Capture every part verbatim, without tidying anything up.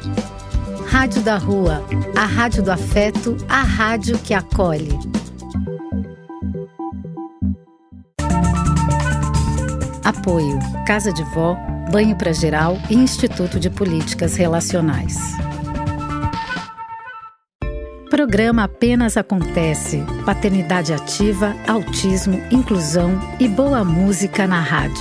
Rádio da Rua, a rádio do afeto, a rádio que acolhe. Apoio: Casa de Vó, Banho pra Geral e Instituto de Políticas Relacionais. Programa Apenas Acontece. Paternidade ativa, autismo, inclusão e boa música na rádio.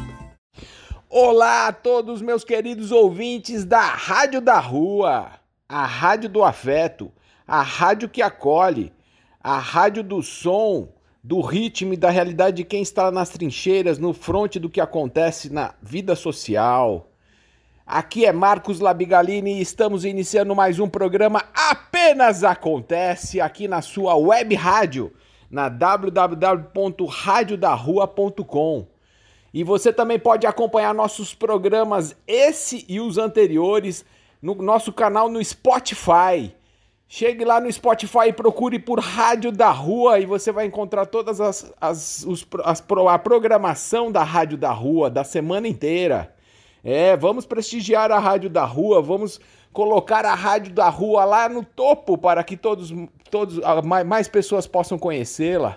Olá a todos meus queridos ouvintes da Rádio da Rua, a rádio do afeto, a rádio que acolhe, a rádio do som, do ritmo e da realidade de quem está nas trincheiras, no fronte do que acontece na vida social. Aqui é Marcos Labigalini e estamos iniciando mais um programa Apenas Acontece, aqui na sua web rádio, na w w w ponto rádio da rua ponto com. E você também pode acompanhar nossos programas, esse e os anteriores, no nosso canal no Spotify. Chegue lá no Spotify e procure por Rádio da Rua e você vai encontrar todas as, as, os, as a programação da Rádio da Rua da semana inteira. É, vamos prestigiar a Rádio da Rua, vamos colocar a Rádio da Rua lá no topo para que todos, todos mais pessoas possam conhecê-la.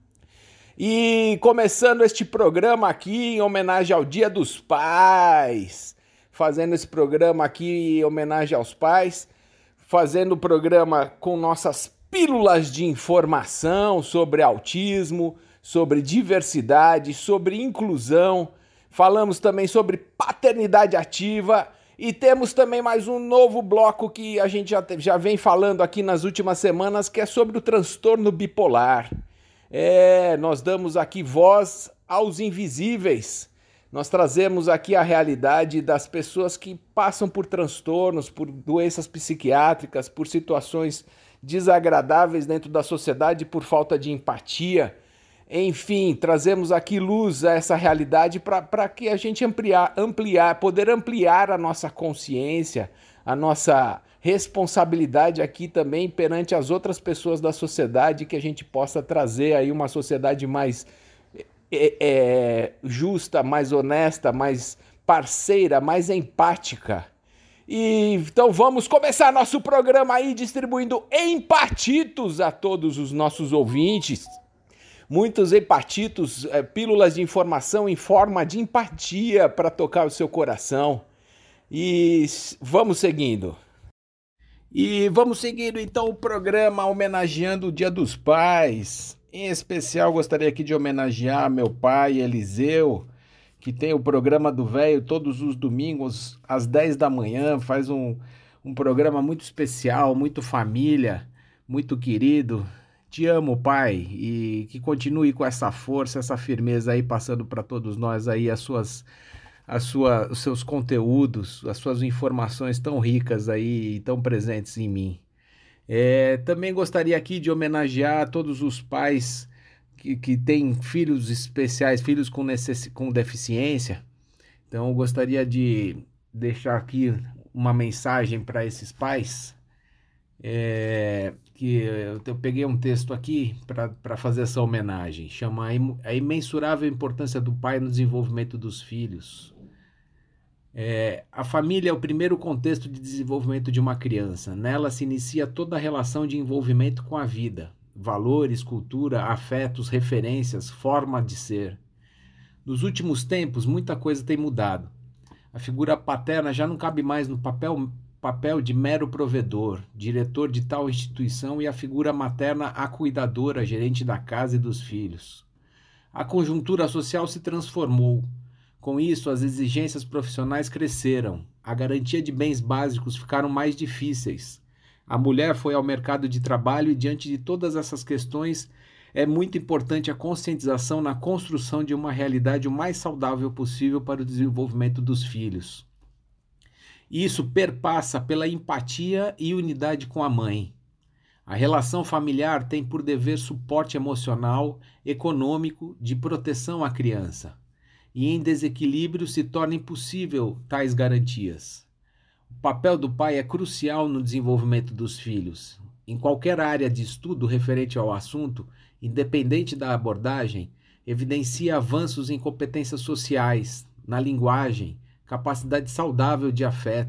E começando este programa aqui em homenagem ao Dia dos Pais, fazendo esse programa aqui em homenagem aos pais, fazendo o programa com nossas pílulas de informação sobre autismo, sobre diversidade, sobre inclusão. Falamos também sobre paternidade ativa e temos também mais um novo bloco que a gente já, já vem falando aqui nas últimas semanas, que é sobre o transtorno bipolar. É, nós damos aqui voz aos invisíveis. Nós trazemos aqui a realidade das pessoas que passam por transtornos, por doenças psiquiátricas, por situações desagradáveis dentro da sociedade, por falta de empatia. Enfim, trazemos aqui luz a essa realidade para que a gente ampliar, ampliar, poder ampliar a nossa consciência, a nossa responsabilidade aqui também perante as outras pessoas da sociedade, que a gente possa trazer aí uma sociedade mais é, é, justa, mais honesta, mais parceira, mais empática. E então vamos começar nosso programa aí distribuindo empatitos a todos os nossos ouvintes. Muitos empatitos, é, pílulas de informação em forma de empatia para tocar o seu coração. E vamos seguindo. E vamos seguindo então o programa homenageando o Dia dos Pais. Em especial gostaria aqui de homenagear meu pai Eliseu, que tem o programa do Velho todos os domingos às dez da manhã, faz um, um programa muito especial, muito família, muito querido. Te amo, pai, e que continue com essa força, essa firmeza aí, passando para todos nós aí as suas, as sua, os seus conteúdos, as suas informações tão ricas aí e tão presentes em mim. É, também gostaria aqui de homenagear todos os pais que, que têm filhos especiais, filhos com, necess, com deficiência. Então eu gostaria de deixar aqui uma mensagem para esses pais. É, que eu, eu peguei um texto aqui para fazer essa homenagem, chama A Imensurável Importância do Pai no Desenvolvimento dos Filhos. É, a família é o primeiro contexto de desenvolvimento de uma criança. Nela se inicia toda a relação de envolvimento com a vida, valores, cultura, afetos, referências, forma de ser. Nos últimos tempos, muita coisa tem mudado. A figura paterna já não cabe mais no papel papel de mero provedor, diretor de tal instituição, e a figura materna a cuidadora, gerente da casa e dos filhos. A conjuntura social se transformou. Com isso, as exigências profissionais cresceram. A garantia de bens básicos ficaram mais difíceis. A mulher foi ao mercado de trabalho e, diante de todas essas questões, é muito importante a conscientização na construção de uma realidade o mais saudável possível para o desenvolvimento dos filhos. Isso perpassa pela empatia e unidade com a mãe. A relação familiar tem por dever suporte emocional, econômico, de proteção à criança. E em desequilíbrio se torna impossível tais garantias. O papel do pai é crucial no desenvolvimento dos filhos. Em qualquer área de estudo referente ao assunto, independente da abordagem, evidencia avanços em competências sociais, na linguagem, capacidade saudável de afeto,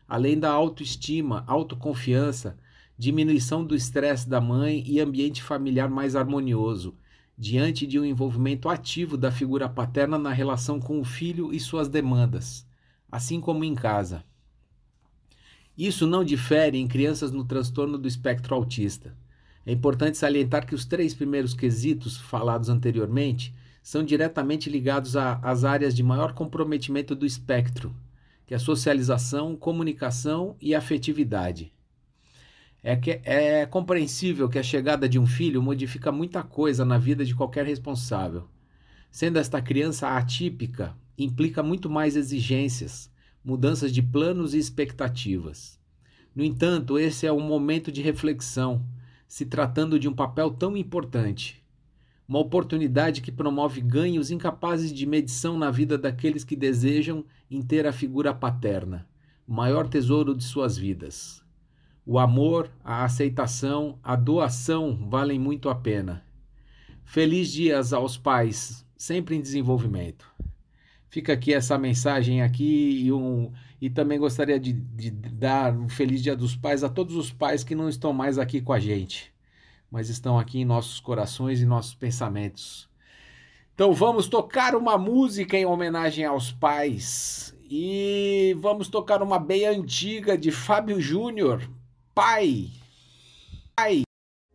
além da autoestima, autoconfiança, diminuição do estresse da mãe e ambiente familiar mais harmonioso, diante de um envolvimento ativo da figura paterna na relação com o filho e suas demandas, assim como em casa. Isso não difere em crianças no transtorno do espectro autista. É importante salientar que os três primeiros quesitos falados anteriormente são diretamente ligados às áreas de maior comprometimento do espectro, que é a socialização, comunicação e afetividade. É, que, é compreensível que a chegada de um filho modifica muita coisa na vida de qualquer responsável. Sendo esta criança atípica, implica muito mais exigências, mudanças de planos e expectativas. No entanto, esse é um momento de reflexão, se tratando de um papel tão importante. Uma oportunidade que promove ganhos incapazes de medição na vida daqueles que desejam em ter a figura paterna, o maior tesouro de suas vidas. O amor, a aceitação, a doação valem muito a pena. Feliz dias aos pais, sempre em desenvolvimento. Fica aqui essa mensagem aqui e, um, e também gostaria de, de dar um feliz dia dos pais a todos os pais que não estão mais aqui com a gente, mas estão aqui em nossos corações e nossos pensamentos. Então vamos tocar uma música em homenagem aos pais e vamos tocar uma bem antiga de Fábio Júnior, Pai. Pai.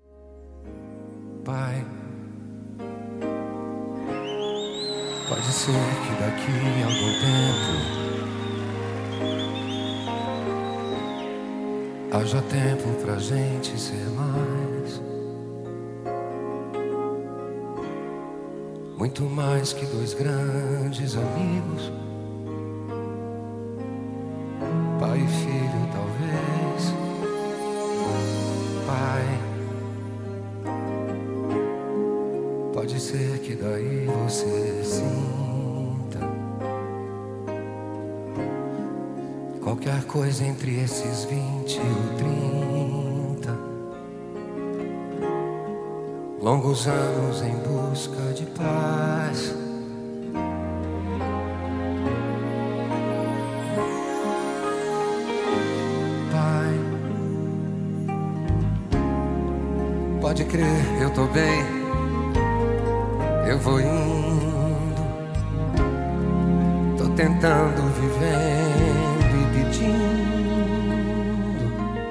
Pai. Pode ser que daqui a algum tempo haja tempo pra gente ser mais, muito mais que dois grandes amigos, pai e filho talvez. Pai, pode ser que daí você sinta qualquer coisa entre esses vinte e o trinta, longos anos em busca de paz. Pai, pode crer, eu tô bem, eu vou indo, tô tentando, vivendo e pedindo,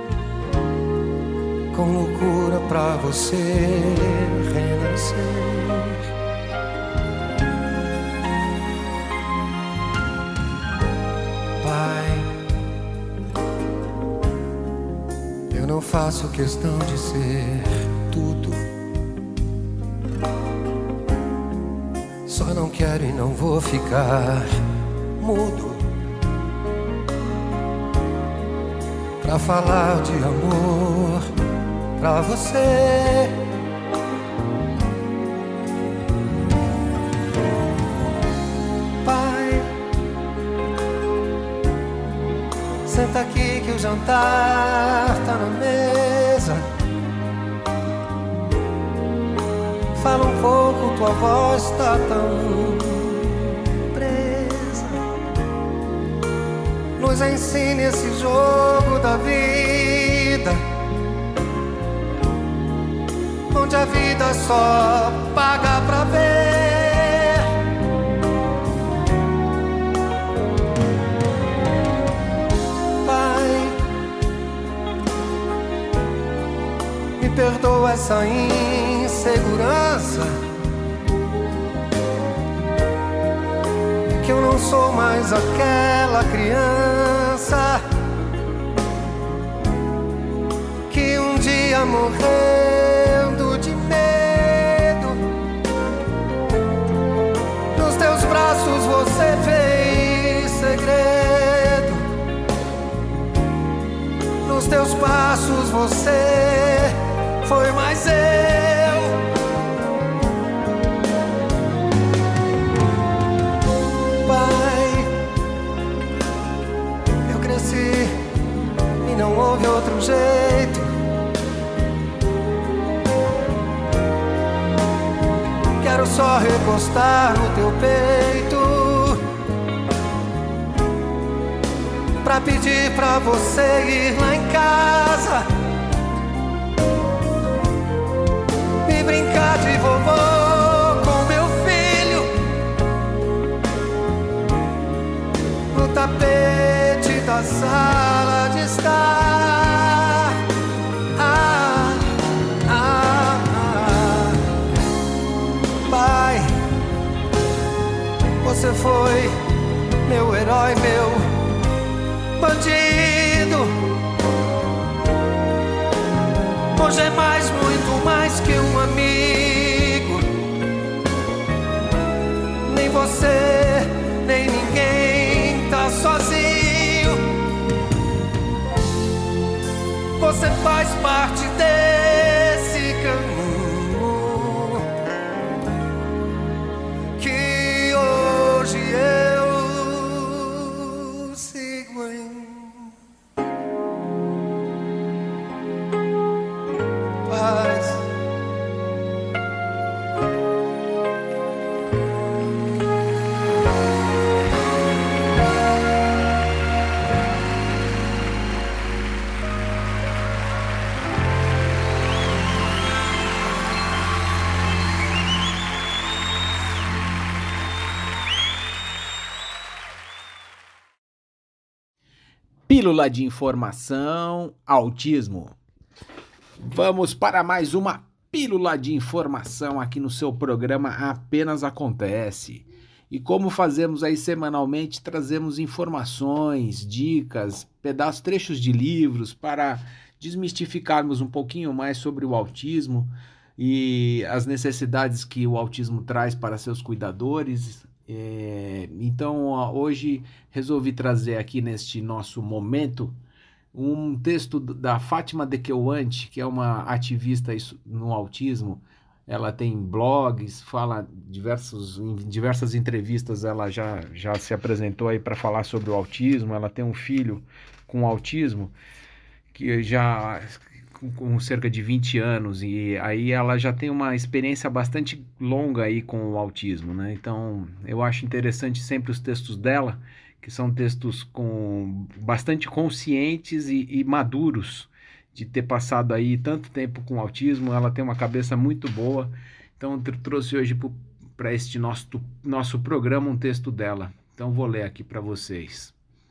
com loucura pra você renascer. Pai, eu não faço questão de ser tudo, só não quero e não vou ficar mudo pra falar de amor pra você. Pai, senta aqui que o jantar tá na mesa. Fala um pouco, tua voz tá tão presa. Nos ensine esse jogo da vida, onde a vida só paga pra ver. Pai, me perdoa essa insegurança, que eu não sou mais aquela criança que um dia morrendo de medo, nos teus braços você fez segredo, nos teus passos você foi mais eu. Não houve outro jeito. Quero só recostar no teu peito, pra pedir pra você ir lá em casa e brincar de vovô com meu filho no tapete da sala de estar. Ah, ah, ah. Pai, você foi meu herói, meu bandido. Hoje é mais, muito mais que um amigo. Nem você, nem ninguém tá sozinho. Você faz parte desse caminho que hoje eu sigo em paz. Pílula de informação, autismo. Vamos para mais uma pílula de informação aqui no seu programa Apenas Acontece. E como fazemos aí semanalmente, trazemos informações, dicas, pedaços, trechos de livros para desmistificarmos um pouquinho mais sobre o autismo e as necessidades que o autismo traz para seus cuidadores. É, então hoje resolvi trazer aqui neste nosso momento um texto da Fátima Dekewante, que é uma ativista no autismo. Ela tem blogs, fala diversos, em diversas entrevistas ela já, já se apresentou aí para falar sobre o autismo. Ela tem um filho com autismo que já com cerca de vinte anos, e aí ela já tem uma experiência bastante longa aí com o autismo, né? Então eu acho interessante sempre os textos dela, que são textos com bastante conscientes e, e maduros de ter passado aí tanto tempo com autismo. Ela tem uma cabeça muito boa, então eu trouxe hoje para este nosso, nosso programa um texto dela. Então vou ler aqui para vocês.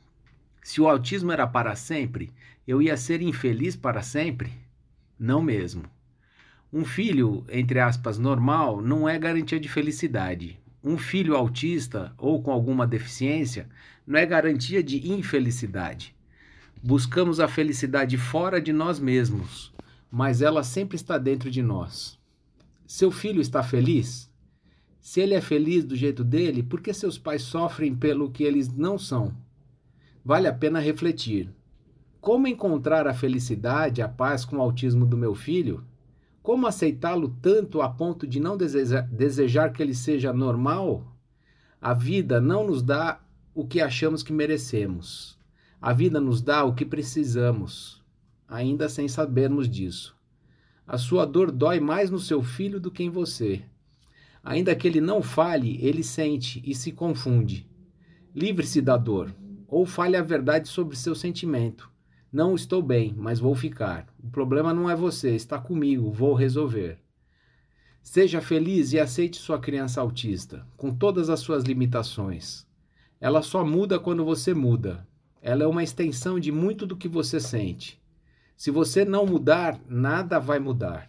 Se o autismo era para sempre, eu ia ser infeliz para sempre? Não mesmo. Um filho, entre aspas, normal, não é garantia de felicidade. Um filho autista ou com alguma deficiência não é garantia de infelicidade. Buscamos a felicidade fora de nós mesmos, mas ela sempre está dentro de nós. Seu filho está feliz? Se ele é feliz do jeito dele, por que seus pais sofrem pelo que eles não são? Vale a pena refletir. Como encontrar a felicidade, a paz com o autismo do meu filho? Como aceitá-lo tanto a ponto de não deseja, desejar que ele seja normal? A vida não nos dá o que achamos que merecemos. A vida nos dá o que precisamos, ainda sem sabermos disso. A sua dor dói mais no seu filho do que em você. Ainda que ele não fale, ele sente e se confunde. Livre-se da dor, ou fale a verdade sobre seu sentimento. Não estou bem, mas vou ficar. O problema não é você, está comigo, vou resolver. Seja feliz e aceite sua criança autista, com todas as suas limitações. Ela só muda quando você muda. Ela é uma extensão de muito do que você sente. Se você não mudar, nada vai mudar.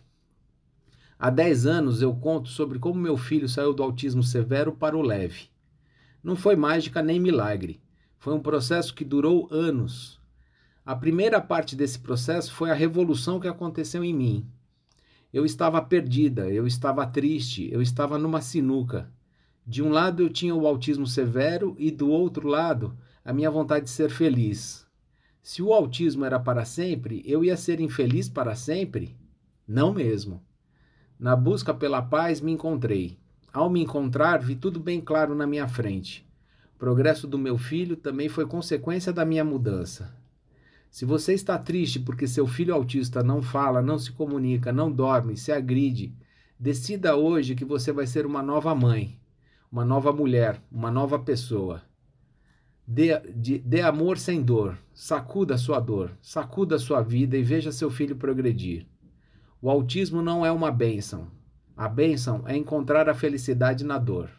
Há dez anos eu conto sobre como meu filho saiu do autismo severo para o leve. Não foi mágica nem milagre. Foi um processo que durou anos. A primeira parte desse processo foi a revolução que aconteceu em mim. Eu estava perdida, eu estava triste, eu estava numa sinuca. De um lado eu tinha o autismo severo e do outro lado a minha vontade de ser feliz. Se o autismo era para sempre, eu ia ser infeliz para sempre? Não mesmo. Na busca pela paz me encontrei. Ao me encontrar, vi tudo bem claro na minha frente. O progresso do meu filho também foi consequência da minha mudança. Se você está triste porque seu filho autista não fala, não se comunica, não dorme, se agride, decida hoje que você vai ser uma nova mãe, uma nova mulher, uma nova pessoa. Dê, de, dê amor sem dor, sacuda a sua dor, sacuda a sua vida e veja seu filho progredir. O autismo não é uma bênção. A bênção é encontrar a felicidade na dor.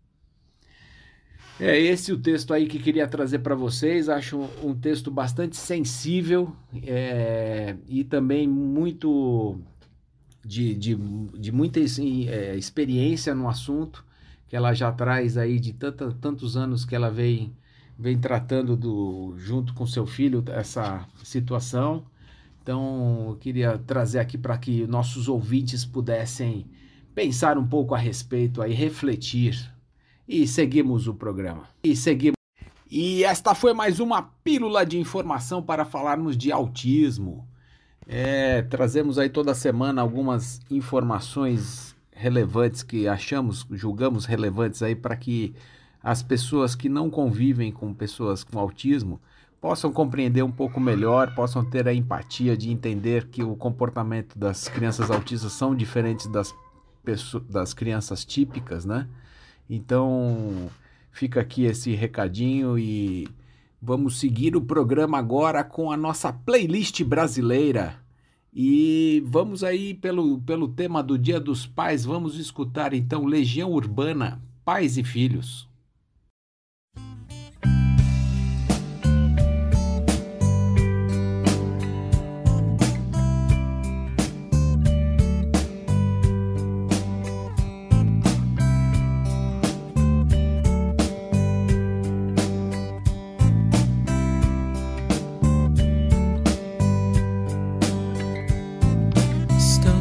É esse o texto aí que queria trazer para vocês. Acho um, um texto bastante sensível é, e também muito de, de, de muita assim, é, experiência no assunto, que ela já traz aí de tanta, tantos anos que ela vem, vem tratando do, junto com seu filho essa situação. Então eu queria trazer aqui para que nossos ouvintes pudessem pensar um pouco a respeito aí, refletir. E seguimos o programa. E seguimos. E esta foi mais uma pílula de informação para falarmos de autismo. É, trazemos aí toda semana algumas informações relevantes que achamos, julgamos relevantes aí para que as pessoas que não convivem com pessoas com autismo possam compreender um pouco melhor, possam ter a empatia de entender que o comportamento das crianças autistas são diferentes das, pessoas, das crianças típicas, né? Então, fica aqui esse recadinho e vamos seguir o programa agora com a nossa playlist brasileira. E vamos aí pelo, pelo tema do Dia dos Pais, vamos escutar então Legião Urbana, Pais e Filhos.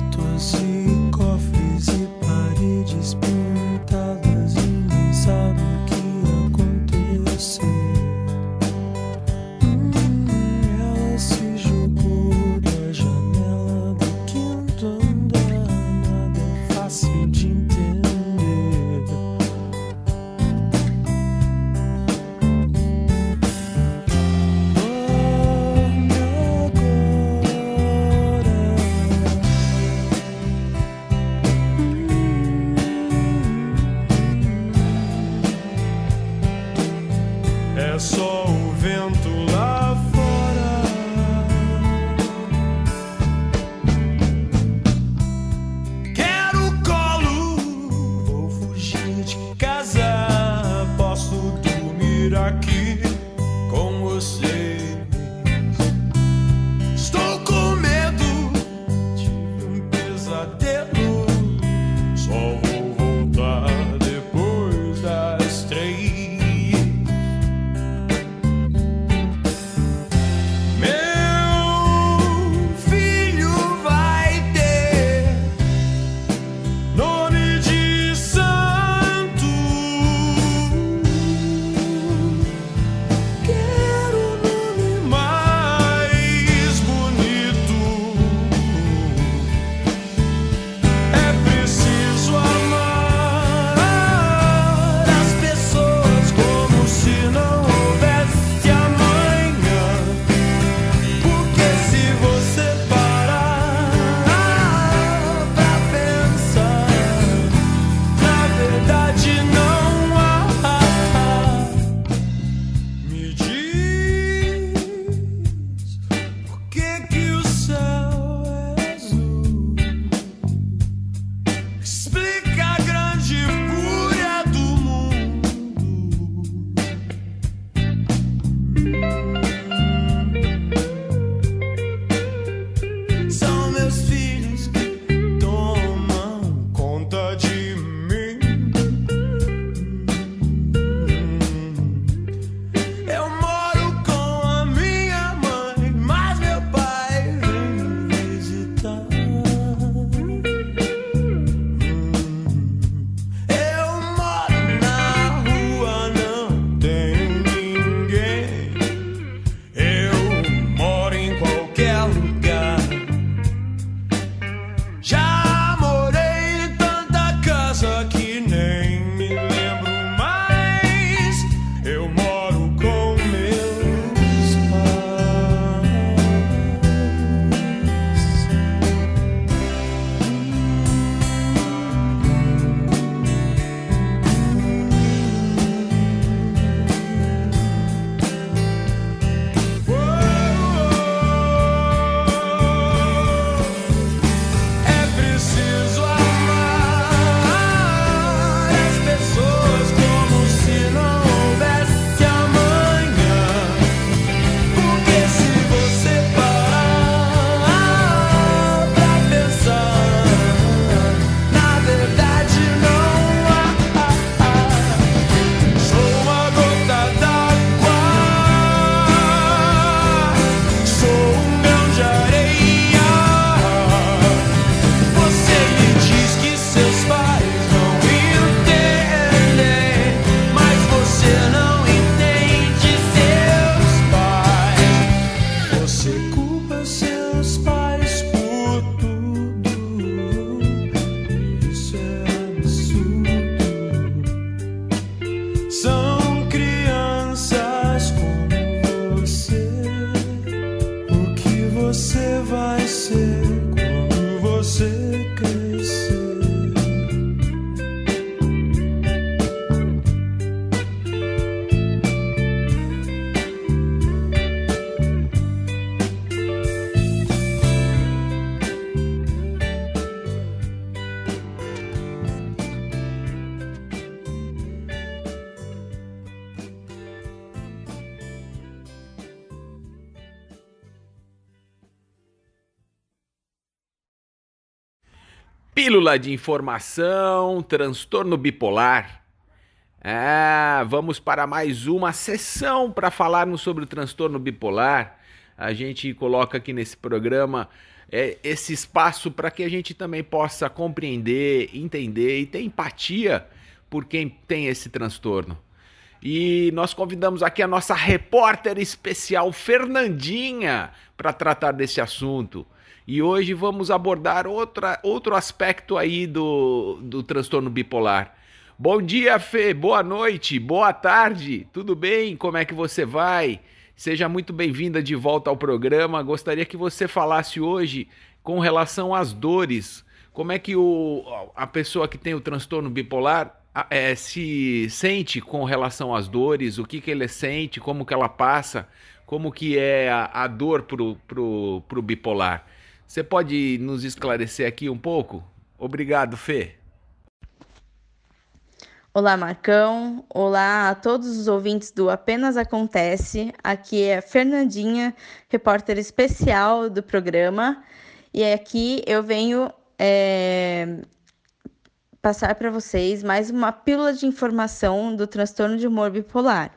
Estátuas e cofres e paredes pintadas, ninguém sabe você vai ser quando você crescer. Pílula de informação, transtorno bipolar. Ah, vamos para mais uma sessão para falarmos sobre o transtorno bipolar. A gente coloca aqui nesse programa é, esse espaço para que a gente também possa compreender, entender e ter empatia por quem tem esse transtorno. E nós convidamos aqui a nossa repórter especial, Fernandinha, para tratar desse assunto. E hoje vamos abordar outra, outro aspecto aí do, do transtorno bipolar. Bom dia, Fê, boa noite, boa tarde, tudo bem? Como é que você vai? Seja muito bem-vinda de volta ao programa. Gostaria que você falasse hoje com relação às dores. Como é que o, a pessoa que tem o transtorno bipolar é, se sente com relação às dores, o que, que ele sente, como que ela passa, como que é a, a dor pro, pro, pro bipolar. Você pode nos esclarecer aqui um pouco? Obrigado, Fê. Olá, Marcão. Olá a todos os ouvintes do Apenas Acontece. Aqui é a Fernandinha, repórter especial do programa. E aqui eu venho é, passar para vocês mais uma pílula de informação do transtorno de humor bipolar.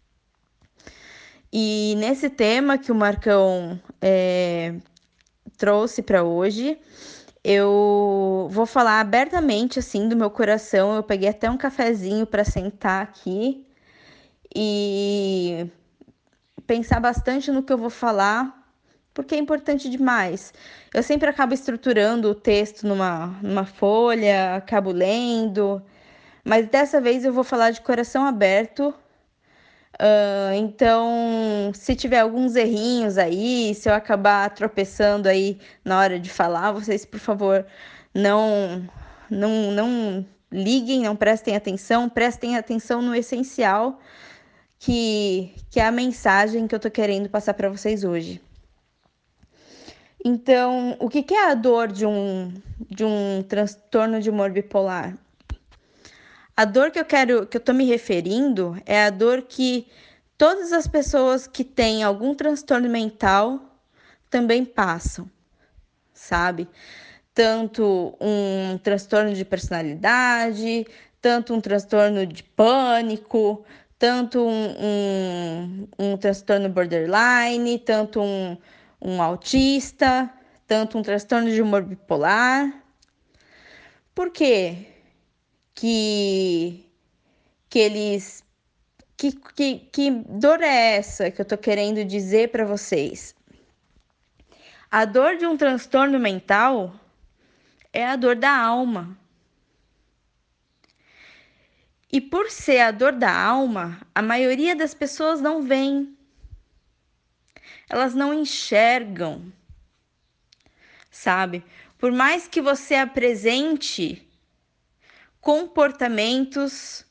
E nesse tema que o Marcão é, trouxe para hoje, eu vou falar abertamente assim do meu coração. Eu peguei até um cafezinho para sentar aqui e pensar bastante no que eu vou falar, porque é importante demais. Eu sempre acabo estruturando o texto numa, numa folha, acabo lendo, mas dessa vez eu vou falar de coração aberto. Uh, então, se tiver alguns errinhos aí, se eu acabar tropeçando aí na hora de falar, vocês, por favor, não, não, não liguem, não prestem atenção, prestem atenção no essencial, que, que é a mensagem que eu tô querendo passar para vocês hoje. Então, o que, que é a dor de um, de um transtorno de humor bipolar? A dor que eu quero, que eu tô me referindo é a dor que todas as pessoas que têm algum transtorno mental também passam, sabe? Tanto um transtorno de personalidade, tanto um transtorno de pânico, tanto um, um, um transtorno borderline, tanto um, um autista, tanto um transtorno de humor bipolar. Por quê? Que, que eles... Que, que, que dor é essa que eu tô querendo dizer para vocês? A dor de um transtorno mental é a dor da alma. E por ser a dor da alma, a maioria das pessoas não vê. Elas não enxergam, sabe? Por mais que você apresente comportamentos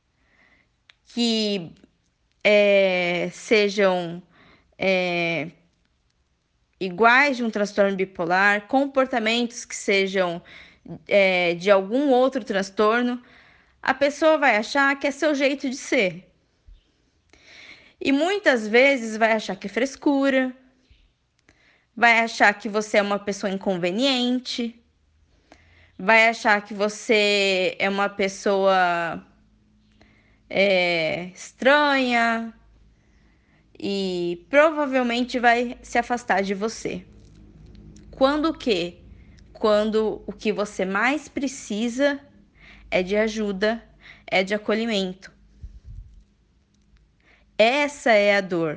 que é, sejam é, iguais de um transtorno bipolar, comportamentos que sejam é, de algum outro transtorno, a pessoa vai achar que é seu jeito de ser. E muitas vezes vai achar que é frescura, vai achar que você é uma pessoa inconveniente, vai achar que você é uma pessoa é, estranha e provavelmente vai se afastar de você. Quando o quê? Quando o que você mais precisa é de ajuda, é de acolhimento. Essa é a dor.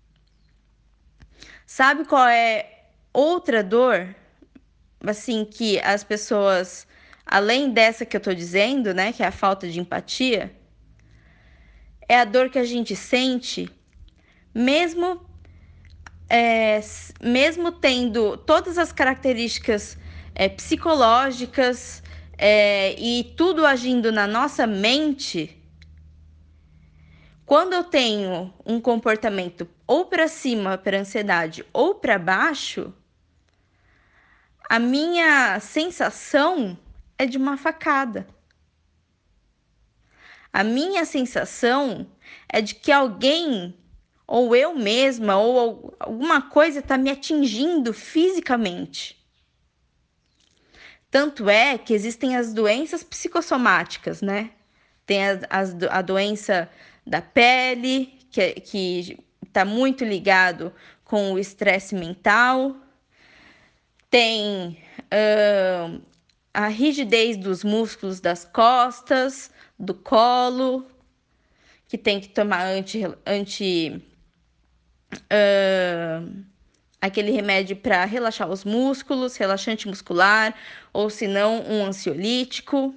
Sabe qual é outra dor? Assim, que as pessoas, além dessa que eu tô dizendo, né, que é a falta de empatia, é a dor que a gente sente mesmo é, mesmo tendo todas as características é, psicológicas é, e tudo agindo na nossa mente, quando eu tenho um comportamento ou para cima, para ansiedade, ou para baixo, a minha sensação é de uma facada. A minha sensação é de que alguém, ou eu mesma, ou alguma coisa está me atingindo fisicamente. Tanto é que existem as doenças psicossomáticas, né? Tem a, as, a doença da pele, que que está muito ligado com o estresse mental. Tem uh, a rigidez dos músculos das costas, do colo, que tem que tomar anti, anti uh, aquele remédio para relaxar os músculos, relaxante muscular, ou se não, um ansiolítico.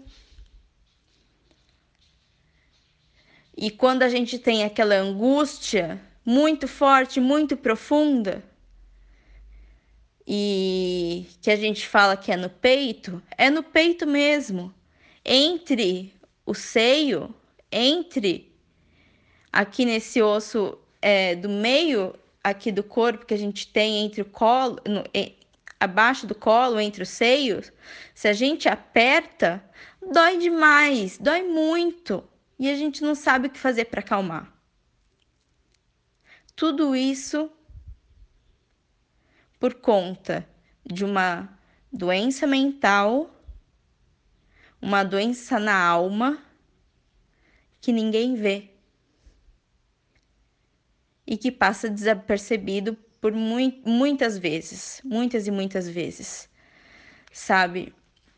E quando a gente tem aquela angústia muito forte, muito profunda, e que a gente fala que é no peito, é no peito mesmo, entre o seio, entre aqui nesse osso é, do meio aqui do corpo que a gente tem entre o colo, no, é, abaixo do colo, entre os seios, se a gente aperta, dói demais, dói muito, e a gente não sabe o que fazer para acalmar. Tudo isso por conta de uma doença mental, uma doença na alma que ninguém vê e que passa desapercebido por mu- muitas vezes, muitas e muitas vezes, sabe?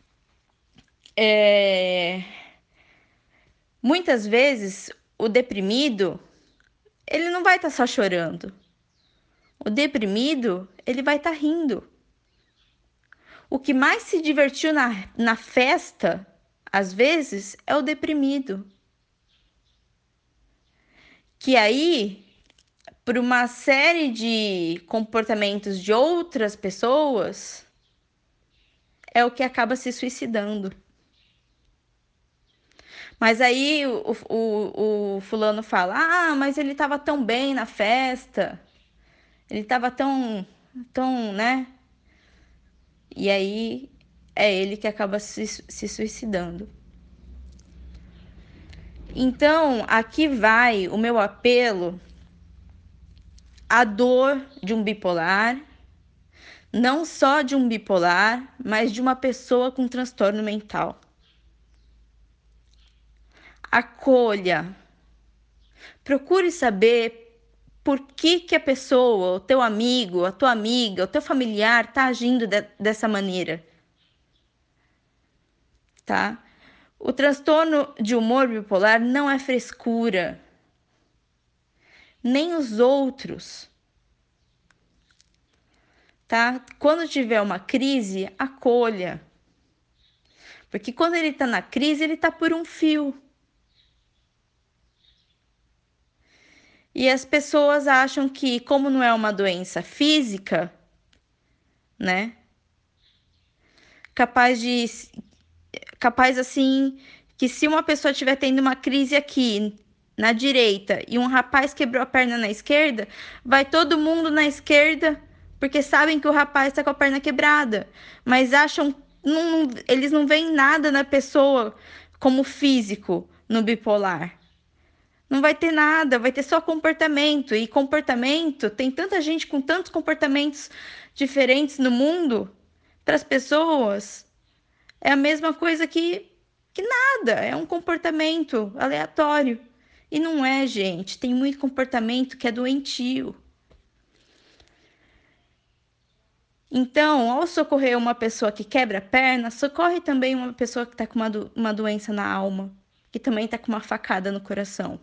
É... Muitas vezes o deprimido, ele não vai estar só chorando. O deprimido, ele vai estar rindo. O que mais se divertiu na, na festa, às vezes, é o deprimido. Que aí, por uma série de comportamentos de outras pessoas, é o que acaba se suicidando. Mas aí o, o, o fulano fala, ah, mas ele estava tão bem na festa, ele estava tão, tão, né? E aí é ele que acaba se, se suicidando. Então, aqui vai o meu apelo à dor de um bipolar, não só de um bipolar, mas de uma pessoa com transtorno mental. Acolha. Procure saber por que que a pessoa, o teu amigo, a tua amiga, o teu familiar está agindo de, dessa maneira. Tá? O transtorno de humor bipolar não é frescura. Nem os outros. Tá? Quando tiver uma crise, acolha. Porque quando ele está na crise, ele está por um fio. E as pessoas acham que, como não é uma doença física, né? Capaz de... Capaz, assim, que se uma pessoa estiver tendo uma crise aqui, na direita, e um rapaz quebrou a perna na esquerda, vai todo mundo na esquerda, porque sabem que o rapaz está com a perna quebrada. Mas acham... Não, eles não veem nada na pessoa como físico, no bipolar. Não vai ter nada, vai ter só comportamento. E comportamento, tem tanta gente com tantos comportamentos diferentes no mundo, para as pessoas, é a mesma coisa que, que nada, é um comportamento aleatório. E não é, gente, tem muito comportamento que é doentio. Então, ao socorrer uma pessoa que quebra a perna, socorre também uma pessoa que está com uma, do, uma doença na alma, que também está com uma facada no coração.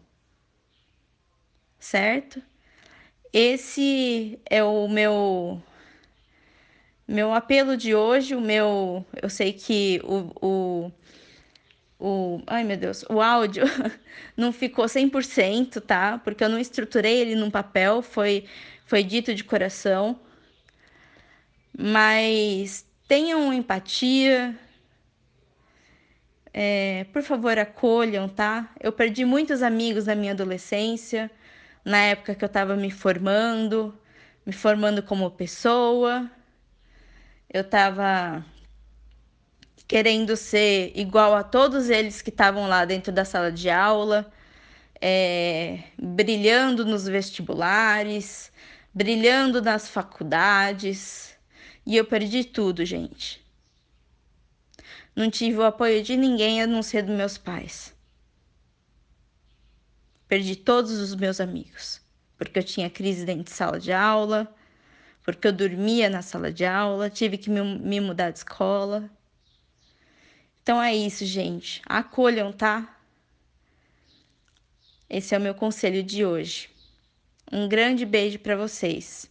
Certo? Esse é o meu meu apelo de hoje. O meu, eu sei que o, o, o ai meu Deus, o áudio não ficou cem por cento, tá? Porque eu não estruturei ele num papel, foi foi dito de coração, mas tenham empatia, é, por favor, acolham, tá? Eu perdi muitos amigos na minha adolescência, na época que eu estava me formando, me formando como pessoa. Eu estava querendo ser igual a todos eles que estavam lá dentro da sala de aula, é, brilhando nos vestibulares, brilhando nas faculdades, e eu perdi tudo, gente. Não tive o apoio de ninguém a não ser dos meus pais. Perdi todos os meus amigos, porque eu tinha crise dentro de sala de aula, porque eu dormia na sala de aula, tive que me, me mudar de escola. Então é isso, gente. Acolham, tá? Esse é o meu conselho de hoje. Um grande beijo para vocês.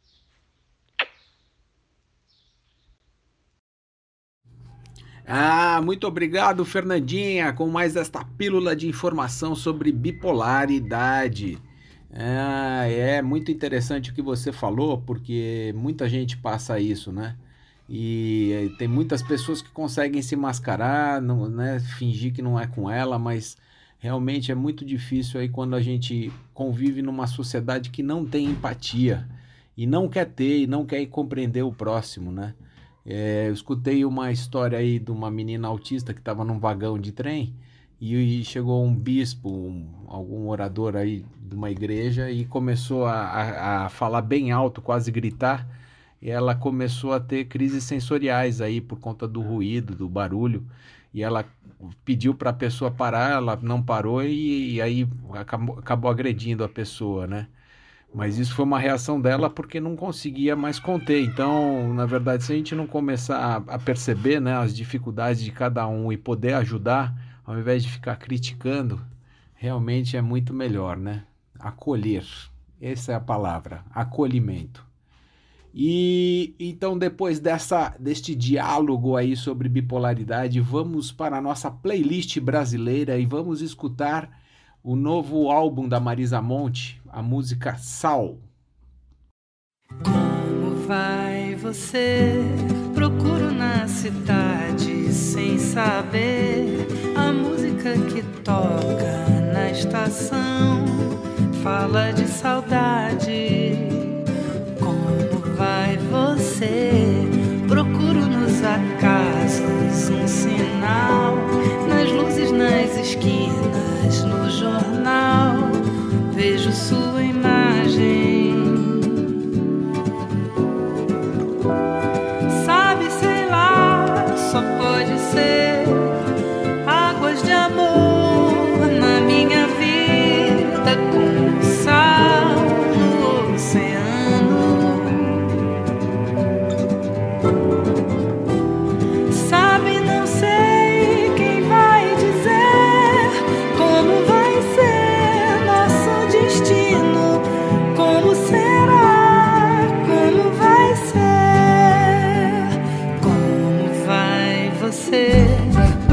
Ah, muito obrigado, Fernandinha, com mais esta pílula de informação sobre bipolaridade. Ah, é muito interessante o que você falou, porque muita gente passa isso, né? E tem muitas pessoas que conseguem se mascarar, não, né, fingir que não é com ela, mas realmente é muito difícil aí quando a gente convive numa sociedade que não tem empatia e não quer ter e não quer compreender o próximo, né? É, eu escutei uma história aí de uma menina autista que estava num vagão de trem e, e chegou um bispo, um, algum orador aí de uma igreja e começou a, a, a falar bem alto, quase gritar, e ela começou a ter crises sensoriais aí por conta do ruído, do barulho, e ela pediu para a pessoa parar, ela não parou e, e aí acabou, acabou agredindo a pessoa, né? Mas isso foi uma reação dela porque não conseguia mais conter. Então, na verdade, se a gente não começar a, a perceber, né, as dificuldades de cada um e poder ajudar, ao invés de ficar criticando, realmente é muito melhor, né? Acolher. Essa é a palavra, acolhimento. E então, depois dessa, deste diálogo aí sobre bipolaridade, vamos para a nossa playlist brasileira e vamos escutar o novo álbum da Marisa Monte, a música Sal. Como vai você? Procuro na cidade sem saber a música que toca na estação. Fala de saudade. Como vai você? Procuro nos acasos um sinal, nas luzes, nas esquinas, no jornal. Vejo sua imagem. Sabe, sei lá, só pode ser águas de amor na minha vida, como sal no oceano. Sabe, não sei quem vai dizer como vai ser nosso destino, como será, como vai ser, como vai você?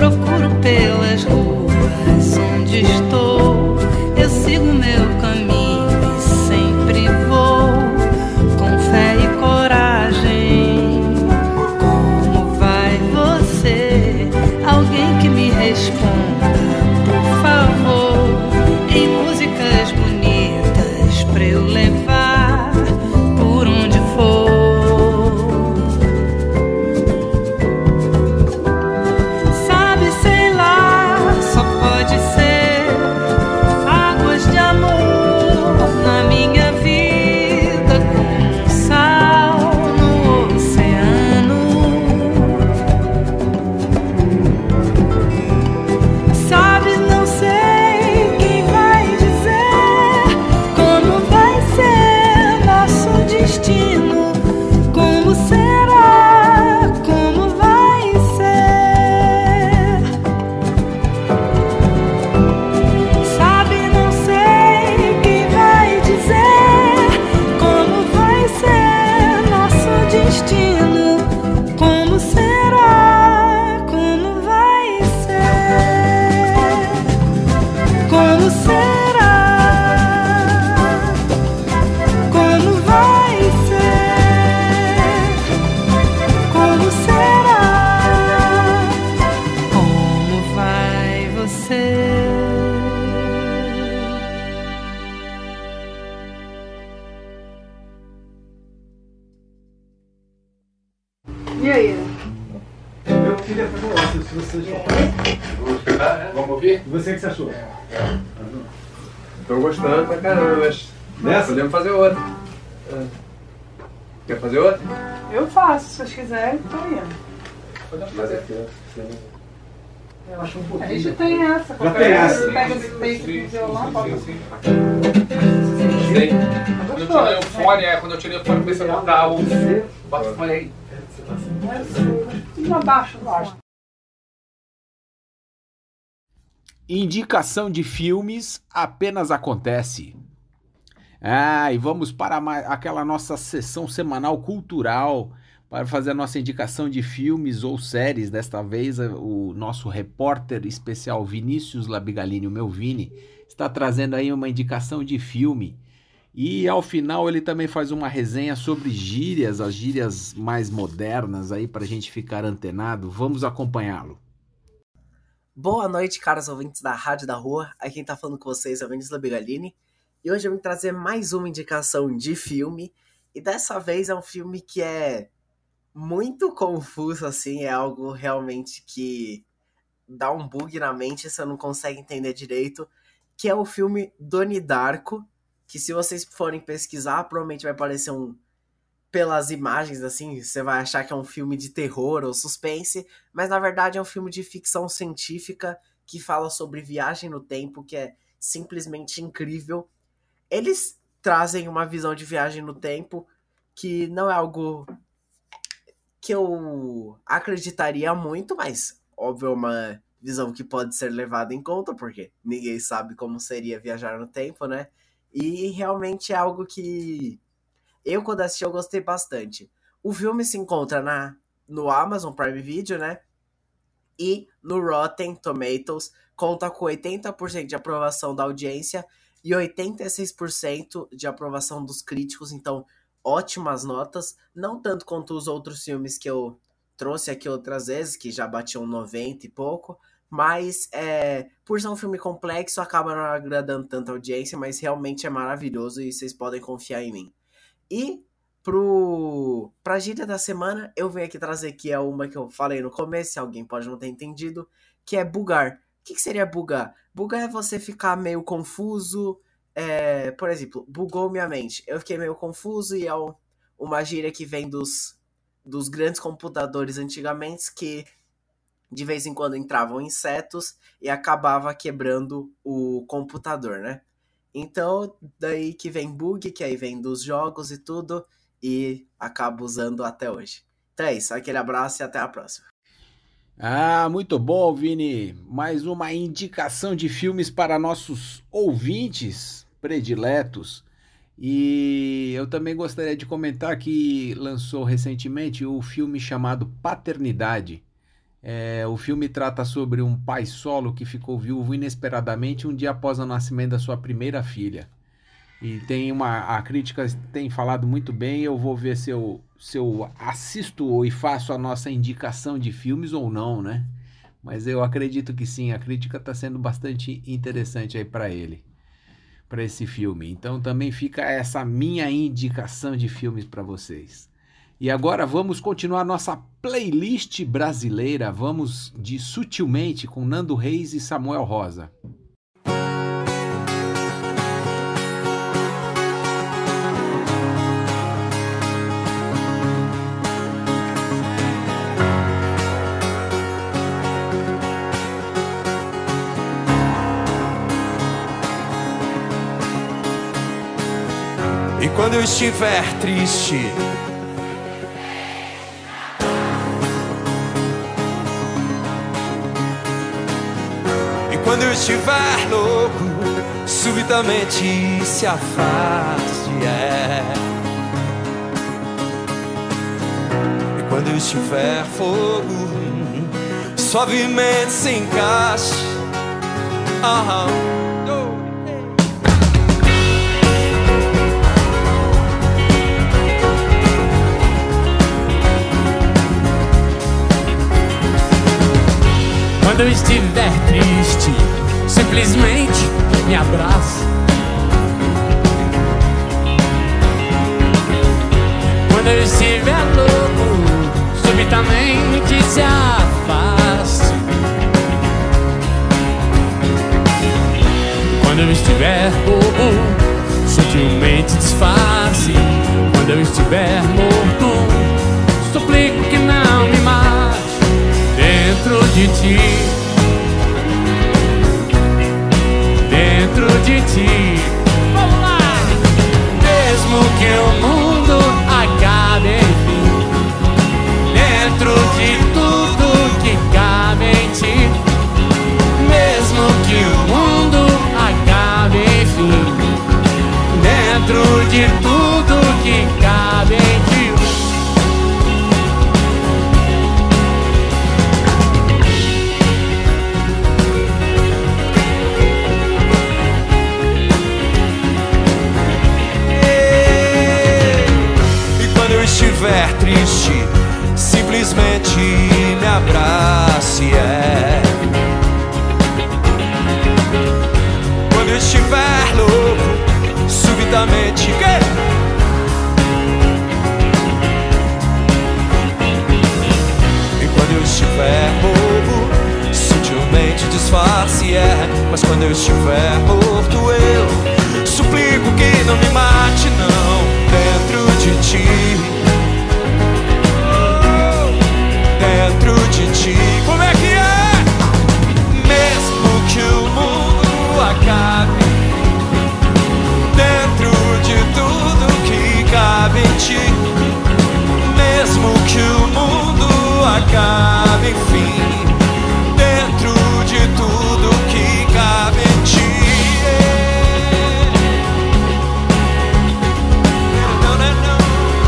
E aí? Eu queria fazer uma, se vocês toparem. Vamos ouvir? E você, o que você achou? Tô gostando pra caramba, mas... Nessa? Podemos fazer outra. Quer fazer outra? Eu faço, se vocês quiserem, tô indo. Podemos fazer. Eu acho um pouquinho. A gente tem essa. Já tem essa. Pega o violão, bota assim. Sei. É Quando eu gostoso. tirei o fone, é, quando eu tirei o fone, comecei a botar o... Bota o fone aí. Tudo abaixo, abaixo. Indicação de filmes apenas acontece. Ah, e vamos para mais, aquela nossa sessão semanal cultural para fazer a nossa indicação de filmes ou séries. Desta vez, o nosso repórter especial Vinícius Labigalini, o meu Vini, está trazendo aí uma indicação de filme. E ao final ele também faz uma resenha sobre gírias, as gírias mais modernas aí para a gente ficar antenado. Vamos acompanhá-lo. Boa noite, caros ouvintes da Rádio da Rua. Aqui quem tá falando com vocês é o Vinícius Labigalini. E hoje eu vim trazer mais uma indicação de filme. E dessa vez é um filme que é muito confuso, assim. É algo realmente que dá um bug na mente, você não consegue entender direito. Que é o filme Donnie Darko. Que se vocês forem pesquisar, provavelmente vai aparecer um... Pelas imagens, assim, você vai achar que é um filme de terror ou suspense, mas na verdade é um filme de ficção científica que fala sobre viagem no tempo, que é simplesmente incrível. Eles trazem uma visão de viagem no tempo que não é algo que eu acreditaria muito, mas óbvio é uma visão que pode ser levada em conta, porque ninguém sabe como seria viajar no tempo, né? E realmente é algo que eu, quando assisti, eu gostei bastante. O filme se encontra na, no Amazon Prime Video, né? E no Rotten Tomatoes, conta com oitenta por cento de aprovação da audiência e oitenta e seis por cento de aprovação dos críticos. Então, ótimas notas. Não tanto quanto os outros filmes que eu trouxe aqui outras vezes, que já batiam noventa e pouco. Mas, é, por ser um filme complexo, acaba não agradando tanta audiência, mas realmente é maravilhoso e vocês podem confiar em mim. E pro, pra gíria da semana, eu venho aqui trazer que é uma que eu falei no começo, se alguém pode não ter entendido, que é bugar. O que, que seria bugar? Bugar é você ficar meio confuso, é, por exemplo, bugou minha mente. Eu fiquei meio confuso e é uma gíria que vem dos, dos grandes computadores antigamente, que de vez em quando entravam insetos e acabava quebrando o computador, né? Então, daí que vem bug, que aí vem dos jogos e tudo, e acabo usando até hoje. Então é isso, aquele abraço e até a próxima. Ah, muito bom, Vini. Mais uma indicação de filmes para nossos ouvintes prediletos. E eu também gostaria de comentar que lançou recentemente o filme chamado Paternidade. É, o filme trata sobre um pai solo que ficou viúvo inesperadamente um dia após o nascimento da sua primeira filha. E tem uma, a crítica tem falado muito bem. Eu vou ver se eu, se eu assisto e faço a nossa indicação de filmes ou não, né? Mas eu acredito que sim, a crítica está sendo bastante interessante aí para ele, para esse filme. Então também fica essa minha indicação de filmes para vocês. E agora vamos continuar nossa playlist brasileira. Vamos de Sutilmente com Nando Reis e Samuel Rosa. E quando eu estiver triste, quando eu estiver louco, subitamente se afaste, é. E quando eu estiver fogo, suavemente se encaixe. Uhum. Quando eu estiver triste, simplesmente me abraça. Quando eu estiver louco, subitamente subitamente se afaste. Quando eu estiver bobo, sutilmente disfarce. Quando eu estiver morto, suplico que não me mate dentro de ti, dentro de ti. Vamos lá! Mesmo que o mundo acabe, enfim, dentro de tudo que cabe em ti. Mesmo que o mundo acabe, enfim, dentro de tudo que cabe em ti. Estiver triste, simplesmente me abrace, é. Quando eu estiver louco, subitamente que? E quando eu estiver bobo, sutilmente disfarce, é. Mas quando eu estiver morto, eu suplico que não me mate, não, dentro de ti, dentro de ti. Como é que é? Mesmo que o mundo acabe, dentro de tudo que cabe em ti. Mesmo que o mundo acabe, enfim, dentro de tudo que cabe em ti. Não, não, não.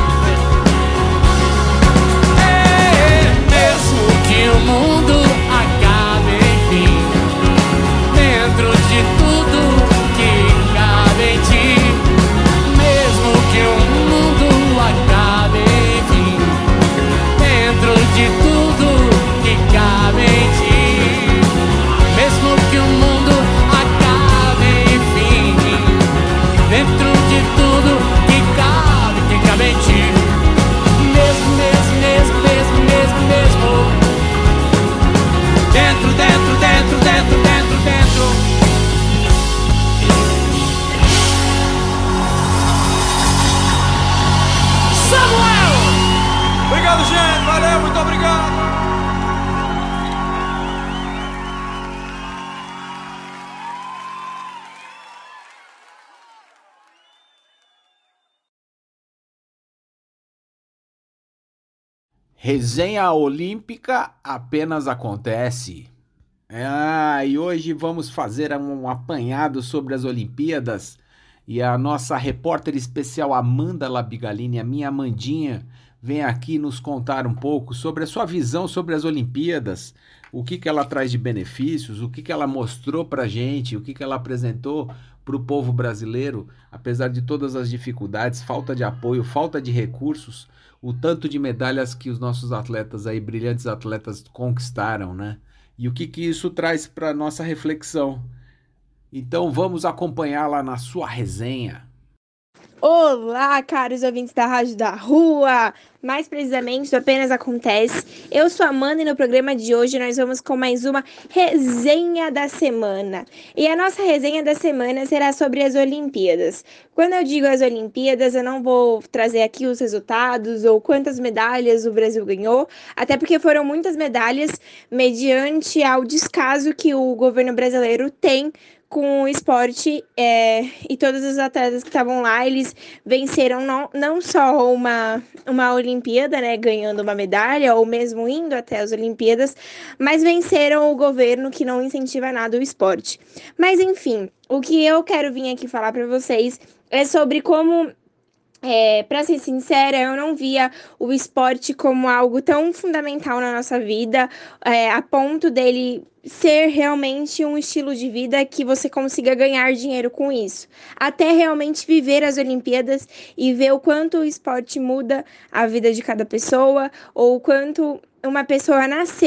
Que o mundo acabe, enfim, dentro de tudo que cabe em ti. Mesmo que o mundo acabe, enfim, dentro de tudo que cabe em ti. Mesmo que o mundo acabe, enfim, dentro de tudo que cabe, que cabe em ti. Mesmo, mesmo, mesmo, mesmo, mesmo, mesmo. Dentro, dentro, dentro, dentro, dentro, dentro. Samuel! Obrigado, gente. Valeu, muito obrigado. Resenha Olímpica apenas acontece. Ah, e hoje vamos fazer um apanhado sobre as Olimpíadas. E a nossa repórter especial Amanda Labigalini, a minha Amandinha, vem aqui nos contar um pouco sobre a sua visão sobre as Olimpíadas, o que, que ela traz de benefícios, o que, que ela mostrou pra gente, o que, que ela apresentou para o povo brasileiro, apesar de todas as dificuldades, falta de apoio, falta de recursos, o tanto de medalhas que os nossos atletas aí, brilhantes atletas, conquistaram, né? E o que que isso traz para nossa reflexão. Então vamos acompanhá-la na sua resenha. Olá, caros ouvintes da Rádio da Rua! Mais precisamente do Apenas Acontece. Eu sou a Amanda e no programa de hoje nós vamos com mais uma resenha da semana. E a nossa resenha da semana será sobre as Olimpíadas. Quando eu digo as Olimpíadas, eu não vou trazer aqui os resultados ou quantas medalhas o Brasil ganhou, até porque foram muitas medalhas mediante ao descaso que o governo brasileiro tem com o esporte, é, e todos os atletas que estavam lá, eles venceram não, não só uma, uma Olimpíada, né, ganhando uma medalha, ou mesmo indo até as Olimpíadas, mas venceram o governo que não incentiva nada o esporte. Mas enfim, o que eu quero vir aqui falar para vocês é sobre como... É, para ser sincera, eu não via o esporte como algo tão fundamental na nossa vida, é, a ponto dele ser realmente um estilo de vida que você consiga ganhar dinheiro com isso. Até realmente viver as Olimpíadas e ver o quanto o esporte muda a vida de cada pessoa, ou o quanto uma pessoa nasceu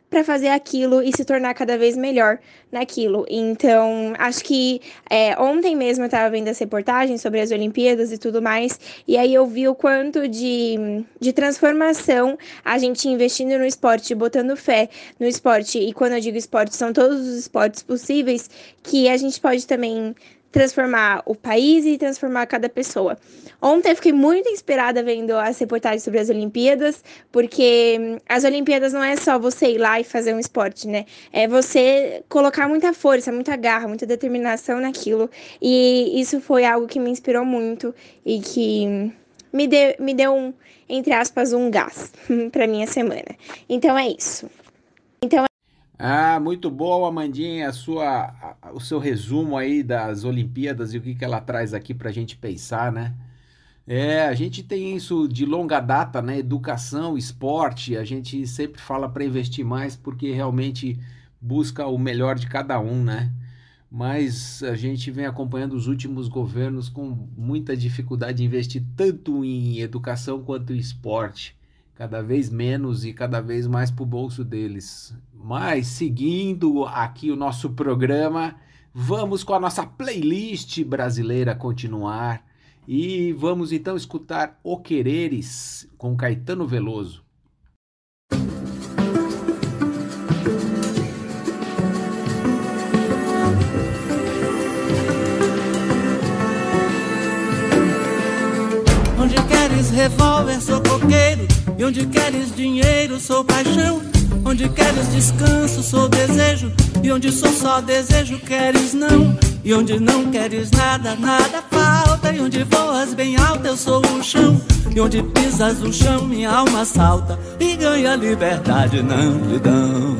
para fazer aquilo e se tornar cada vez melhor naquilo. Então, acho que é, ontem mesmo eu estava vendo as reportagens sobre as Olimpíadas e tudo mais, e aí eu vi o quanto de, de transformação a gente investindo no esporte, botando fé no esporte, e quando eu digo esporte, são todos os esportes possíveis, que a gente pode também transformar o país e transformar cada pessoa. Ontem eu fiquei muito inspirada vendo as reportagens sobre as Olimpíadas, porque as Olimpíadas não é só você ir lá e fazer um esporte, né? É você colocar muita força, muita garra, muita determinação naquilo. E isso foi algo que me inspirou muito e que me deu, me deu um, entre aspas, um gás para minha semana. Então é isso. Então Ah, muito boa, Amandinha, a sua, a- o seu resumo aí das Olimpíadas e o que que ela traz aqui pra gente pensar, né? É, a gente tem isso de longa data, né? Educação, esporte, a gente sempre fala para investir mais porque realmente busca o melhor de cada um, né? Mas a gente vem acompanhando os últimos governos com muita dificuldade de investir tanto em educação quanto em esporte. Cada vez menos e cada vez mais para o bolso deles. Mas seguindo aqui o nosso programa, vamos com a nossa playlist brasileira continuar. E vamos então escutar O Quereres com Caetano Veloso. Onde queres revólver, sou coqueiro. E onde queres dinheiro, sou paixão. Onde queres descanso, sou desejo. E onde sou só desejo, queres não. E onde não queres nada, nada falta. E onde voas bem alto, eu sou o chão. E onde pisas o chão, minha alma salta. E ganha liberdade, não lhe dão.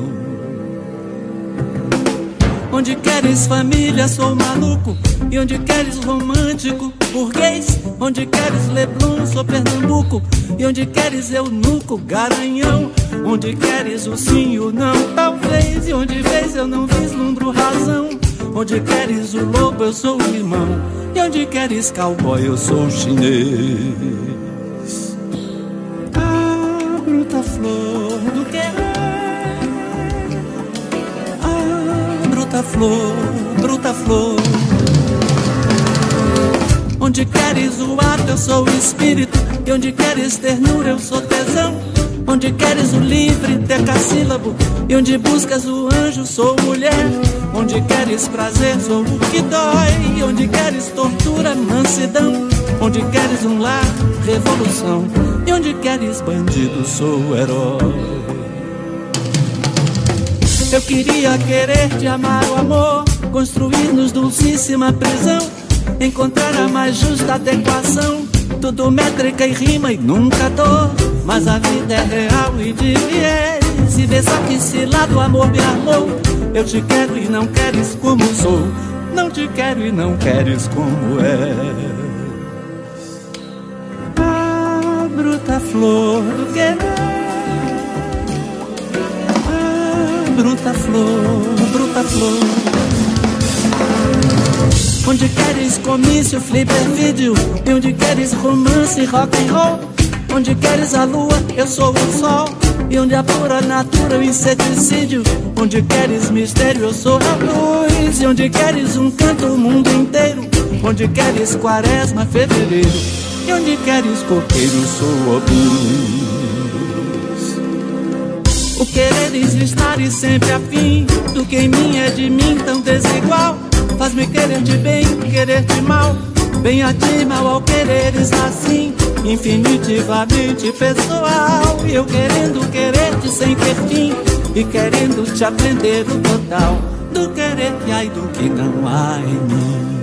Onde queres família, sou maluco. E onde queres romântico, burguês. Onde queres Leblon, sou Pernambuco. E onde queres eunuco, garanhão. Onde queres o sim e o não, talvez. E onde vês eu não vislumbro razão. Onde queres o lobo, eu sou o limão. E onde queres cowboy, eu sou o chinês. Ah, bruta flor do querer. Ah, bruta flor, bruta flor. Onde queres o ato, eu sou o espírito. E onde queres ternura, eu sou tesão. Onde queres o livre, decassílabo. E onde buscas o anjo, sou mulher. Onde queres prazer, sou o que dói. E onde queres tortura, mansidão. Onde queres um lar, revolução. E onde queres bandido, sou o herói. Eu queria querer te amar o amor, construir-nos dulcíssima prisão, encontrar a mais justa adequação, tudo métrica e rima e nunca dor. Mas a vida é real e de viés, e vê só que se lá do amor me armou. Eu te quero e não queres como sou, não te quero e não queres como és. Ah, bruta flor do querer. Ah, bruta flor, bruta flor. Onde queres comício, flipper vídeo. E onde queres romance, rock and roll. Onde queres a lua, eu sou o sol. E onde a pura natura, o inseticídio. Onde queres mistério, eu sou a luz. E onde queres um canto, o mundo inteiro. Onde queres quaresma, fevereiro. E onde queres coqueiro, sou o blues. O quereres estar e sempre afim do que em mim é de mim tão desigual. Faz-me querer-te bem, querer-te mal. Bem a ti, mal ao quereres assim, infinitivamente pessoal. E eu querendo querer-te sem ter fim, e querendo te aprender o total do querer que há e do que não há em mim.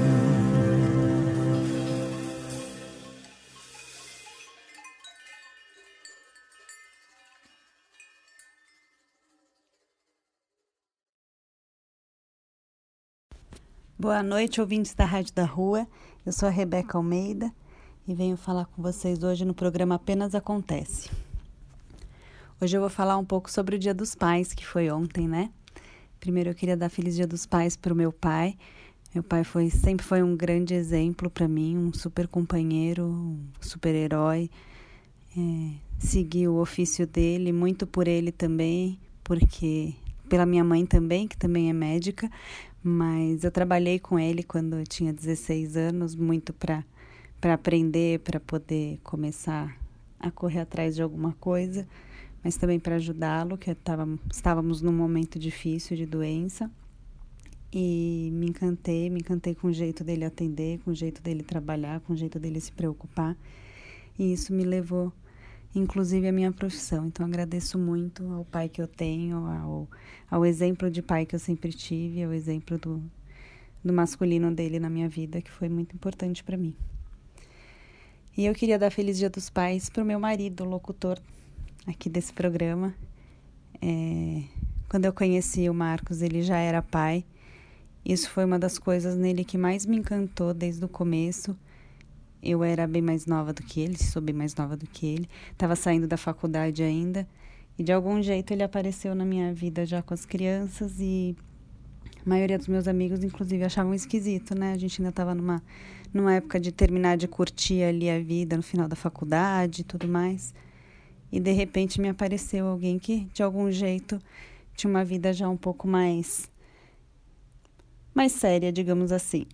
Boa noite, ouvintes da Rádio da Rua. Eu sou a Rebeca Almeida e venho falar com vocês hoje no programa Apenas Acontece. Hoje eu vou falar um pouco sobre o Dia dos Pais, que foi ontem, né? Primeiro eu queria dar Feliz Dia dos Pais para o meu pai. Meu pai foi, sempre foi um grande exemplo para mim, um super companheiro, um super herói. É, segui o ofício dele, muito por ele também, porque pela minha mãe também, que também é médica, mas eu trabalhei com ele quando eu tinha dezesseis anos, muito para para aprender, para poder começar a correr atrás de alguma coisa, mas também para ajudá-lo, que tava, estávamos num momento difícil de doença. E me encantei, me encantei com o jeito dele atender, com o jeito dele trabalhar, com o jeito dele se preocupar. E isso me levou, inclusive, à minha profissão. Então, agradeço muito ao pai que eu tenho, ao, ao exemplo de pai que eu sempre tive, ao exemplo do, do masculino dele na minha vida, que foi muito importante para mim. E eu queria dar Feliz Dia dos Pais para o meu marido, locutor aqui desse programa. É, quando eu conheci o Marcos, ele já era pai. Isso foi uma das coisas nele que mais me encantou desde o começo. Eu era bem mais nova do que ele, sou bem mais nova do que ele. Estava saindo da faculdade ainda. E de algum jeito ele apareceu na minha vida já com as crianças. E a maioria dos meus amigos, inclusive, achavam esquisito, né? A gente ainda estava numa, numa época de terminar de curtir ali a vida no final da faculdade e tudo mais. E de repente me apareceu alguém que, de algum jeito, tinha uma vida já um pouco mais... mais séria, digamos assim.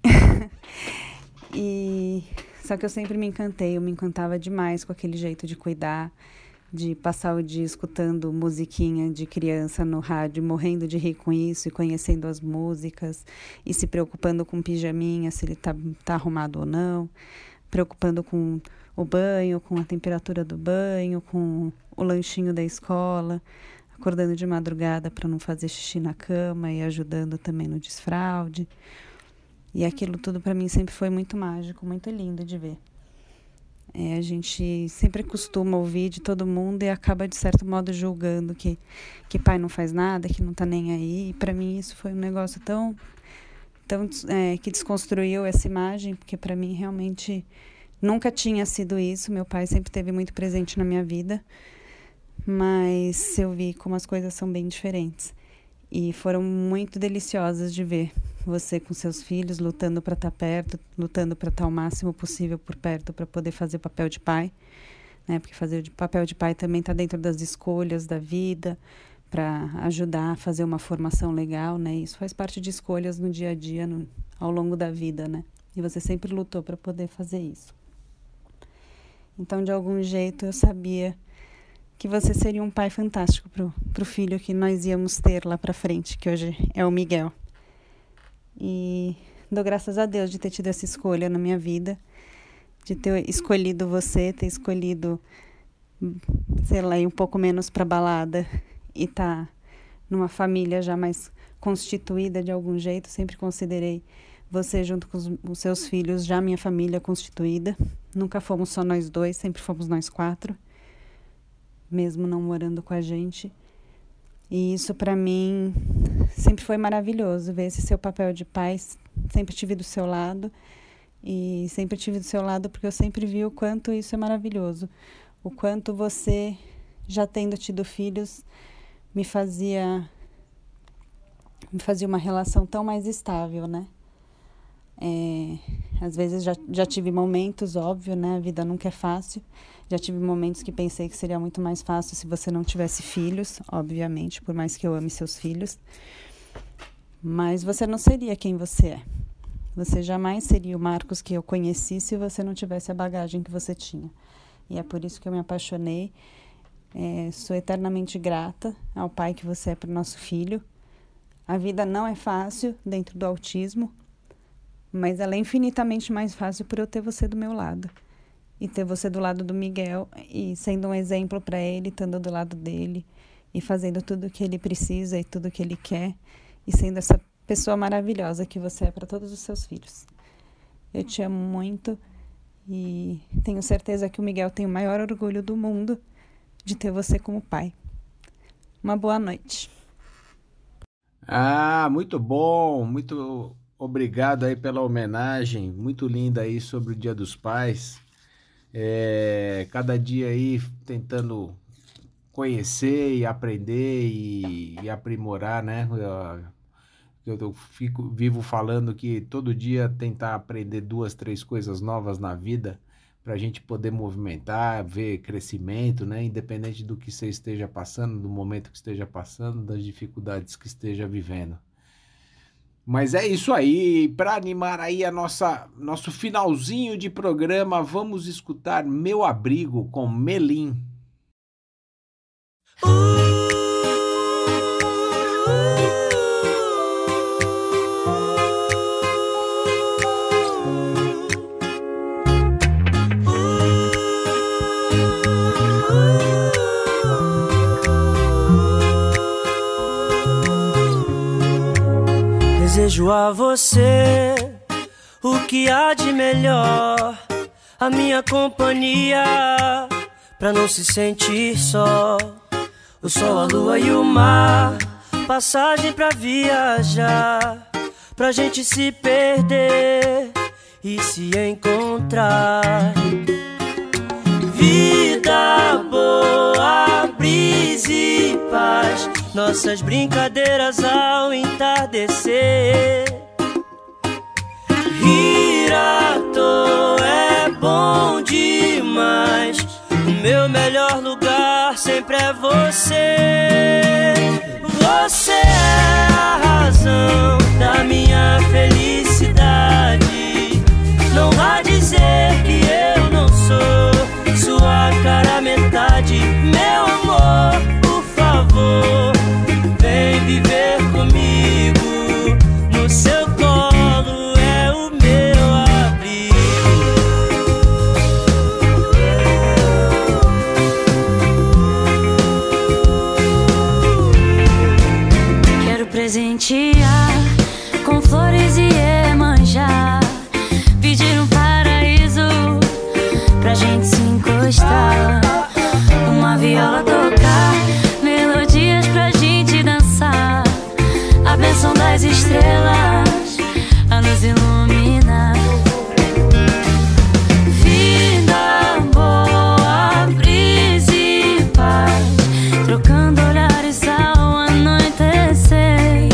E só que eu sempre me encantei, eu me encantava demais com aquele jeito de cuidar, de passar o dia escutando musiquinha de criança no rádio, morrendo de rir com isso e conhecendo as músicas e se preocupando com o pijaminha, se ele tá, tá arrumado ou não, preocupando com o banho, com a temperatura do banho, com o lanchinho da escola, acordando de madrugada para não fazer xixi na cama e ajudando também no desfraude. E aquilo tudo para mim sempre foi muito mágico, muito lindo de ver. É, a gente sempre costuma ouvir de todo mundo e acaba, de certo modo, julgando que, que pai não faz nada, que não tá nem aí. E para mim isso foi um negócio tão, tão é, que desconstruiu essa imagem, porque para mim realmente nunca tinha sido isso. Meu pai sempre esteve muito presente na minha vida, mas eu vi como as coisas são bem diferentes. E foram muito deliciosas de ver você com seus filhos lutando para estar perto, lutando para estar o máximo possível por perto para poder fazer papel de pai, né? Porque fazer o papel de pai também está dentro das escolhas da vida, para ajudar a fazer uma formação legal, né? Isso faz parte de escolhas no dia a dia, no, ao longo da vida, né? E você sempre lutou para poder fazer isso. Então, de algum jeito, eu sabia que você seria um pai fantástico pro, pro filho que nós íamos ter lá pra frente, que hoje é o Miguel. E dou graças a Deus de ter tido essa escolha na minha vida, de ter escolhido você, ter escolhido, sei lá, ir um pouco menos pra balada e tá numa família já mais constituída de algum jeito. Sempre considerei você junto com os, os seus filhos já minha família constituída. Nunca fomos só nós dois, sempre fomos nós quatro, mesmo não morando com a gente. E isso para mim sempre foi maravilhoso, ver esse seu papel de pai. Sempre tive do seu lado, e sempre tive do seu lado porque eu sempre vi o quanto isso é maravilhoso, o quanto você, já tendo tido filhos, me fazia me fazia uma relação tão mais estável, né? É, às vezes já, já tive momentos, óbvio, né? A vida nunca é fácil. Já tive momentos que pensei que seria muito mais fácil se você não tivesse filhos, obviamente, por mais que eu ame seus filhos. Mas você não seria quem você é. Você jamais seria o Marcos que eu conheci se você não tivesse a bagagem que você tinha. E é por isso que eu me apaixonei. É, sou eternamente grata ao pai que você é para o nosso filho. A vida não é fácil dentro do autismo, mas ela é infinitamente mais fácil por eu ter você do meu lado. E ter você do lado do Miguel e sendo um exemplo para ele, estando do lado dele e fazendo tudo o que ele precisa e tudo o que ele quer e sendo essa pessoa maravilhosa que você é para todos os seus filhos. Eu te amo muito e tenho certeza que o Miguel tem o maior orgulho do mundo de ter você como pai. Uma boa noite. Ah, muito bom, muito obrigado aí pela homenagem, muito linda aí sobre o Dia dos Pais. É, cada dia aí tentando conhecer e aprender e, e aprimorar, né? Eu, eu fico vivo falando que todo dia tentar aprender duas, três coisas novas na vida para a gente poder movimentar, ver crescimento, né? Independente do que você esteja passando, do momento que esteja passando, das dificuldades que esteja vivendo. Mas é isso aí, para animar aí a nossa nosso finalzinho de programa, vamos escutar Meu Abrigo com Melim. Desejo a você o que há de melhor, a minha companhia, pra não se sentir só. O sol, a lua e o mar, passagem pra viajar, pra gente se perder e se encontrar. Vida boa, brisa e paz, nossas brincadeiras ao entardecer. Rir à toa é bom demais, o meu melhor lugar sempre é você. Você é a razão da minha felicidade. Não vá dizer que eu não sou sua cara metade. Meu amor, por favor, vem viver comigo. No seu colo é o meu abrigo. Quero presentear com flores e Iemanjá, pedir um paraíso pra gente se encostar, uma viola tocar, melodias pra gente dançar, a bênção das estrelas a nos iluminar. Vida boa, brisa e paz, trocando olhares ao anoitecer.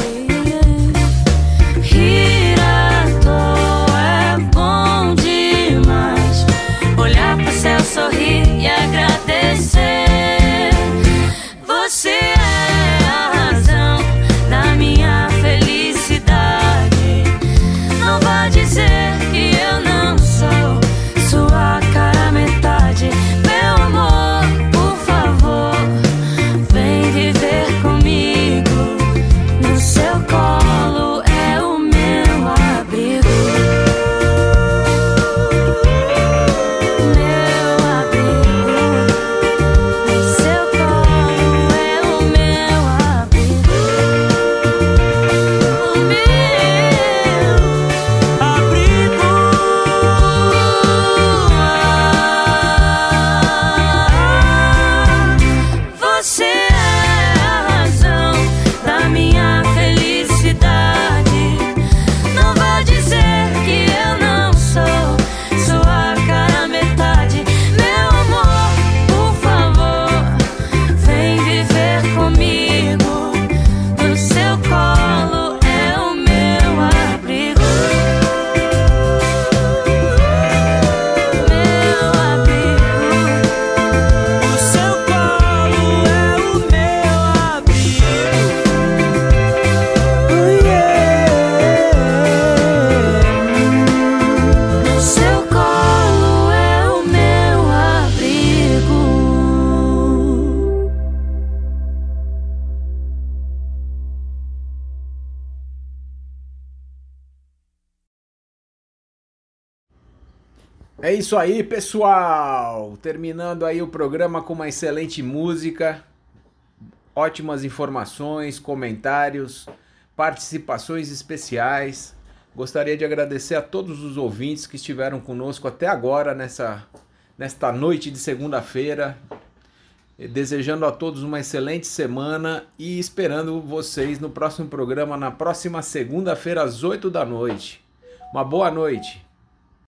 Rir à toa é bom demais, olhar pro céu, sorrir e agradecer. Você é a razão da minha felicidade. Não vá dizer que eu não sou sua cara metade. Meu amor, por favor, vem viver comigo. No seu colo é o meu abrigo. Meu abrigo. No seu colo é o meu abrigo. O meu abrigo. Você é a razão da minha felicidade. Não vá dizer que eu não sou sua cara metade. Meu amor, por favor, vem viver comigo. No seu colo é o meu abrigo. Meu abrigo. No seu colo é o meu abrigo. Oh, yeah. No seu colo é o meu abrigo. É isso aí, pessoal! Terminando aí o programa com uma excelente música, ótimas informações, comentários, participações especiais. Gostaria de agradecer a todos os ouvintes que estiveram conosco até agora nessa, nesta noite de segunda-feira. Desejando a todos uma excelente semana e esperando vocês no próximo programa, na próxima segunda-feira, às oito da noite. Uma boa noite!